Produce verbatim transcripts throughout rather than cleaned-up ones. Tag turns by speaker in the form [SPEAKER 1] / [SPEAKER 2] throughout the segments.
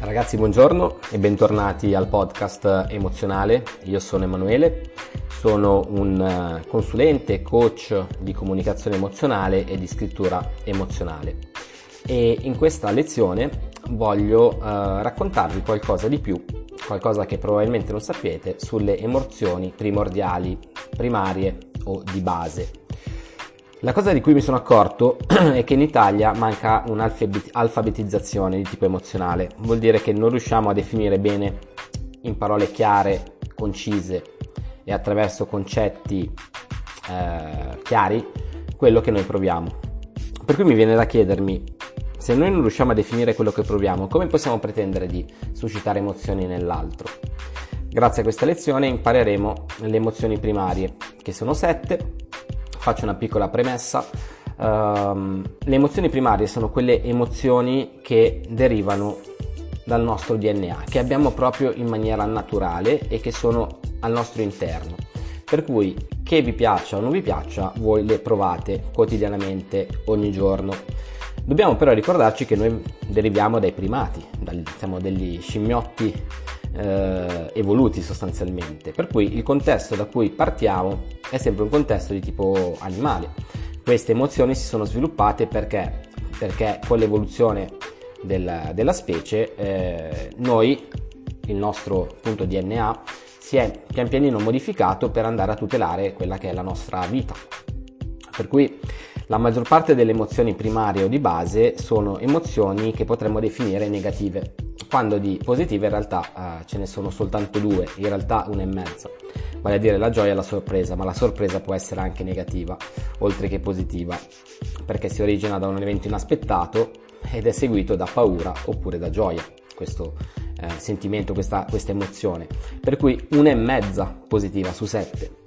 [SPEAKER 1] Ragazzi, buongiorno e bentornati al podcast emozionale. Io sono Emanuele, sono un consulente, coach di comunicazione emozionale e di scrittura emozionale e in questa lezione voglio uh, raccontarvi qualcosa di più, qualcosa che probabilmente non sapete sulle emozioni primordiali, primarie o di base. La cosa di cui mi sono accorto è che in Italia manca un'alfabetizzazione di tipo emozionale. Vuol dire che non riusciamo a definire bene in parole chiare, concise e attraverso concetti eh, chiari quello che noi proviamo. Per cui mi viene da chiedermi, se noi non riusciamo a definire quello che proviamo, come possiamo pretendere di suscitare emozioni nell'altro? Grazie a questa lezione impareremo le emozioni primarie, che sono sette. Faccio una piccola premessa. Uh, le emozioni primarie sono quelle emozioni che derivano dal nostro D N A, che abbiamo proprio in maniera naturale e che sono al nostro interno. Per cui, che vi piaccia o non vi piaccia, voi le provate quotidianamente, ogni giorno. Dobbiamo però ricordarci che noi deriviamo dai primati, dal, siamo degli scimmiotti eh, evoluti sostanzialmente, per cui il contesto da cui partiamo è sempre un contesto di tipo animale. Queste emozioni si sono sviluppate perché, perché con l'evoluzione del, della specie eh, noi, il nostro appunto D N A, si è pian pianino modificato per andare a tutelare quella che è la nostra vita. Per cui la maggior parte delle emozioni primarie o di base sono emozioni che potremmo definire negative, quando di positive in realtà eh, ce ne sono soltanto due, in realtà una e mezza, vale a dire la gioia e la sorpresa, ma la sorpresa può essere anche negativa, oltre che positiva, perché si origina da un evento inaspettato ed è seguito da paura oppure da gioia, questo eh, sentimento, questa, questa emozione, per cui una e mezza positiva su sette.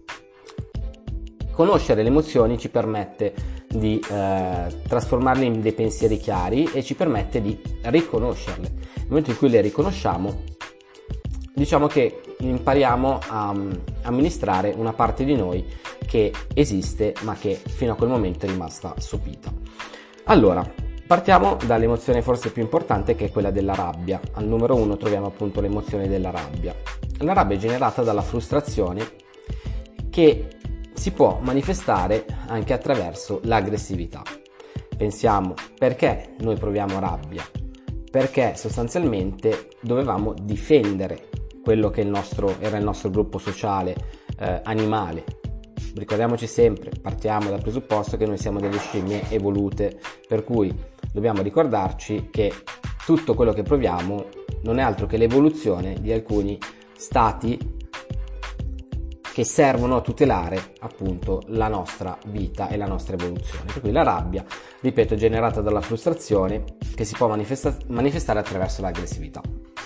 [SPEAKER 1] Conoscere le emozioni ci permette di eh, trasformarle in dei pensieri chiari e ci permette di riconoscerle. Nel momento in cui le riconosciamo, diciamo che impariamo a um, amministrare una parte di noi che esiste ma che fino a quel momento è rimasta sopita. Allora, partiamo dall'emozione forse più importante, che è quella della rabbia. Al numero uno troviamo appunto l'emozione della rabbia. La rabbia è generata dalla frustrazione, che si può manifestare anche attraverso l'aggressività. Pensiamo, perché noi proviamo rabbia? Perché sostanzialmente dovevamo difendere quello che il nostro, era il nostro gruppo sociale eh, animale. Ricordiamoci sempre, partiamo dal presupposto che noi siamo delle scimmie evolute, per cui dobbiamo ricordarci che tutto quello che proviamo non è altro che l'evoluzione di alcuni stati che servono a tutelare appunto la nostra vita e la nostra evoluzione. Per cui la rabbia, ripeto, è generata dalla frustrazione, che si può manifesta- manifestare attraverso l'aggressività.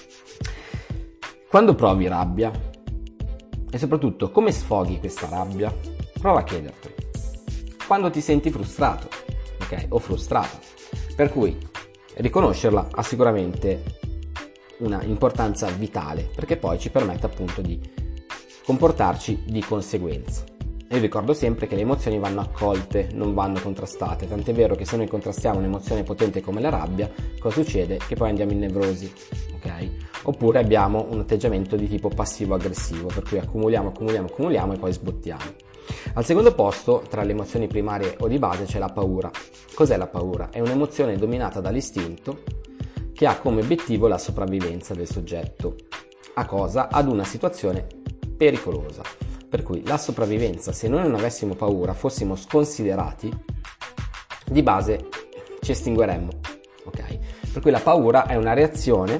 [SPEAKER 1] Quando provi rabbia, e soprattutto come sfoghi questa rabbia, prova a chiederti quando ti senti frustrato, ok, o frustrata. Per cui riconoscerla ha sicuramente una importanza vitale, perché poi ci permette appunto di comportarci di conseguenza. Io ricordo sempre che le emozioni vanno accolte, non vanno contrastate, tant'è vero che se noi contrastiamo un'emozione potente come la rabbia, cosa succede? Che poi andiamo in nevrosi, ok? Oppure abbiamo un atteggiamento di tipo passivo-aggressivo, per cui accumuliamo, accumuliamo, accumuliamo e poi sbottiamo. Al secondo posto, tra le emozioni primarie o di base, c'è la paura. Cos'è la paura? È un'emozione dominata dall'istinto che ha come obiettivo la sopravvivenza del soggetto. A cosa? Ad una situazione pericolosa. Per cui la sopravvivenza, se noi non avessimo paura, fossimo sconsiderati, di base ci estingueremmo, ok? Per cui la paura è una reazione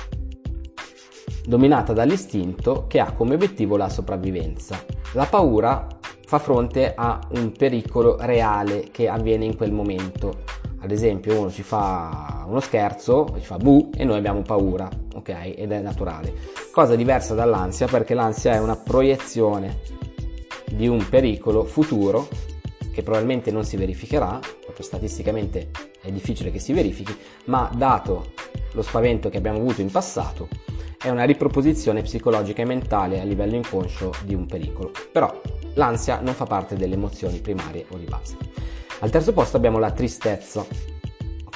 [SPEAKER 1] dominata dall'istinto che ha come obiettivo la sopravvivenza. La paura fa fronte a un pericolo reale che avviene in quel momento. Ad esempio, uno ci fa uno scherzo, ci fa bu e noi abbiamo paura, ok? Ed è naturale. Cosa diversa dall'ansia, perché l'ansia è una proiezione di un pericolo futuro che probabilmente non si verificherà, proprio statisticamente è difficile che si verifichi, ma dato lo spavento che abbiamo avuto in passato, è una riproposizione psicologica e mentale a livello inconscio di un pericolo. Però l'ansia non fa parte delle emozioni primarie o di base. Al terzo posto abbiamo la tristezza, ok?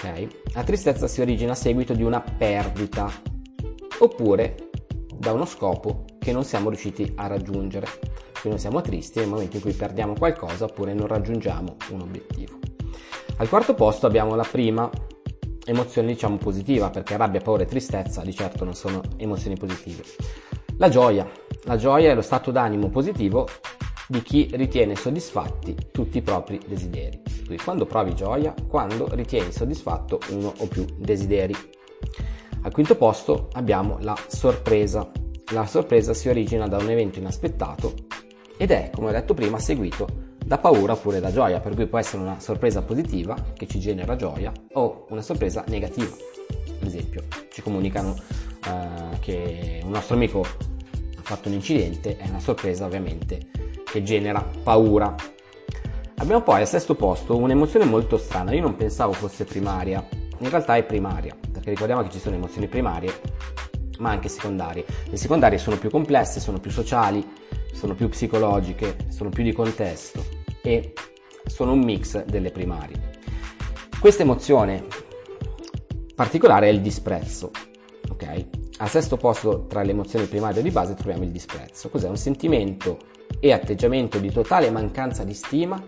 [SPEAKER 1] ok? La tristezza si origina a seguito di una perdita oppure da uno scopo che non siamo riusciti a raggiungere. Quindi siamo tristi nel momento in cui perdiamo qualcosa oppure non raggiungiamo un obiettivo. Al quarto posto abbiamo la prima emozione, diciamo, positiva, perché rabbia, paura e tristezza di certo non sono emozioni positive. La gioia. La gioia è lo stato d'animo positivo di chi ritiene soddisfatti tutti i propri desideri. Quindi quando provi gioia, quando ritieni soddisfatto uno o più desideri. Al quinto posto abbiamo la sorpresa. La sorpresa si origina da un evento inaspettato ed è, come ho detto prima, seguito da paura oppure da gioia, per cui può essere una sorpresa positiva che ci genera gioia o una sorpresa negativa. Ad esempio, ci comunicano eh, che un nostro amico ha fatto un incidente, è una sorpresa ovviamente che genera paura. Abbiamo poi al sesto posto un'emozione molto strana, io non pensavo fosse primaria, in realtà è primaria, perché ricordiamo che ci sono emozioni primarie ma anche secondarie. Le secondarie sono più complesse, sono più sociali, sono più psicologiche, sono più di contesto e sono un mix delle primarie. Questa emozione particolare è il disprezzo, ok? Al sesto posto tra le emozioni primarie di base troviamo il disprezzo. Cos'è? Un sentimento e atteggiamento di totale mancanza di stima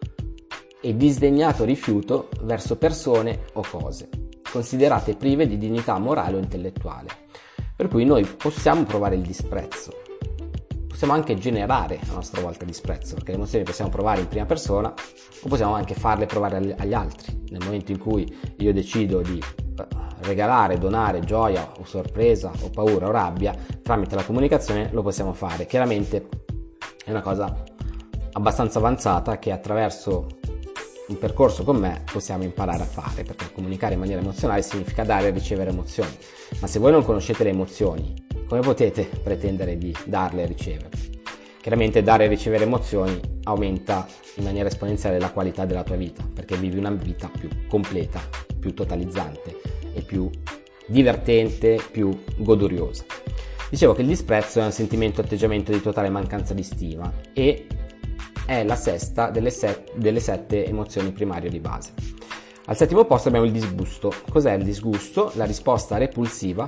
[SPEAKER 1] e disdegnato rifiuto verso persone o cose considerate prive di dignità morale o intellettuale. Per cui noi possiamo provare il disprezzo, possiamo anche generare a nostra volta disprezzo, perché le emozioni possiamo provare in prima persona o possiamo anche farle provare agli altri. Nel momento in cui io decido di regalare, donare gioia o sorpresa o paura o rabbia tramite la comunicazione, lo possiamo fare. Chiaramente è una cosa abbastanza avanzata che attraverso un percorso con me possiamo imparare a fare, perché comunicare in maniera emozionale significa dare e ricevere emozioni, ma se voi non conoscete le emozioni, come potete pretendere di darle e riceverle? Chiaramente dare e ricevere emozioni aumenta in maniera esponenziale la qualità della tua vita, perché vivi una vita più completa, più totalizzante e più divertente, più goduriosa. Dicevo che il disprezzo è un sentimento e atteggiamento di totale mancanza di stima e è la sesta delle, se- delle sette emozioni primarie di base. Al settimo posto abbiamo il disgusto. Cos'è il disgusto? La risposta repulsiva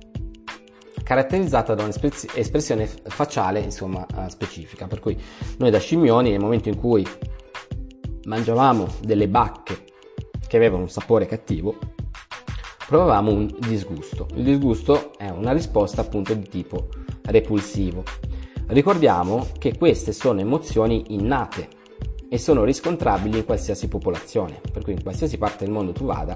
[SPEAKER 1] caratterizzata da un'espressione facciale, insomma, specifica. Per cui noi da scimmioni, nel momento in cui mangiavamo delle bacche che avevano un sapore cattivo, provavamo un disgusto. Il disgusto è una risposta appunto di tipo repulsivo. Ricordiamo che queste sono emozioni innate e sono riscontrabili in qualsiasi popolazione, per cui in qualsiasi parte del mondo tu vada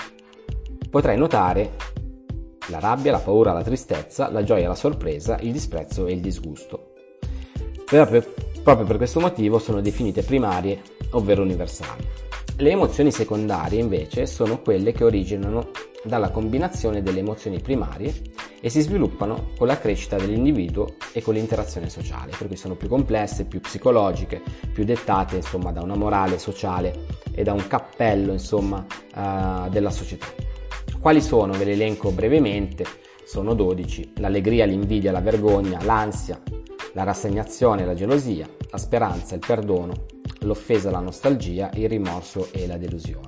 [SPEAKER 1] potrai notare la rabbia, la paura, la tristezza, la gioia, la sorpresa, il disprezzo e il disgusto. Proprio, proprio per questo motivo sono definite primarie, ovvero universali. Le emozioni secondarie invece sono quelle che originano dalla combinazione delle emozioni primarie e si sviluppano con la crescita dell'individuo e con l'interazione sociale, per cui sono più complesse, più psicologiche, più dettate insomma da una morale sociale e da un cappello insomma uh, della società. Quali sono? Ve le elenco brevemente, sono dodici: l'allegria, l'invidia, la vergogna, l'ansia, la rassegnazione, la gelosia, la speranza, il perdono, l'offesa, la nostalgia, il rimorso e la delusione.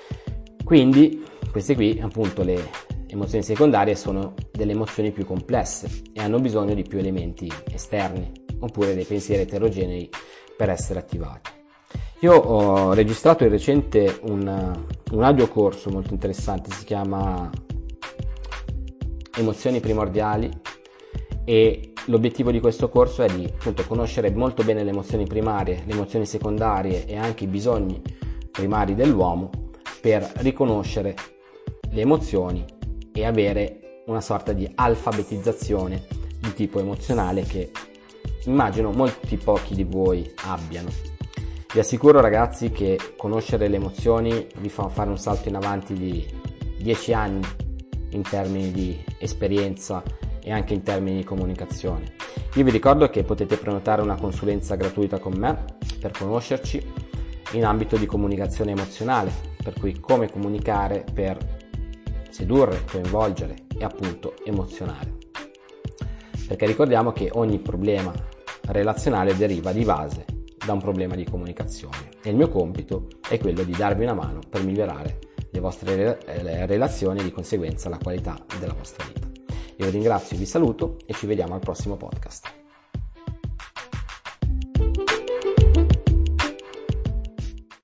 [SPEAKER 1] Quindi queste qui appunto le emozioni secondarie sono delle emozioni più complesse e hanno bisogno di più elementi esterni oppure dei pensieri eterogenei per essere attivati. Io ho registrato di recente un, un audiocorso molto interessante, si chiama Emozioni primordiali, e l'obiettivo di questo corso è di appunto conoscere molto bene le emozioni primarie, le emozioni secondarie e anche i bisogni primari dell'uomo per riconoscere le emozioni e avere una sorta di alfabetizzazione di tipo emozionale che immagino molti pochi di voi abbiano. Vi assicuro ragazzi che conoscere le emozioni vi fa fare un salto in avanti di dieci anni in termini di esperienza e anche in termini di comunicazione. Io vi ricordo che potete prenotare una consulenza gratuita con me per conoscerci in ambito di comunicazione emozionale, per cui come comunicare per sedurre, coinvolgere e appunto emozionare. Perché ricordiamo che ogni problema relazionale deriva di base da un problema di comunicazione e il mio compito è quello di darvi una mano per migliorare le vostre relazioni e di conseguenza la qualità della vostra vita. Io vi ringrazio, vi saluto e ci vediamo al prossimo podcast.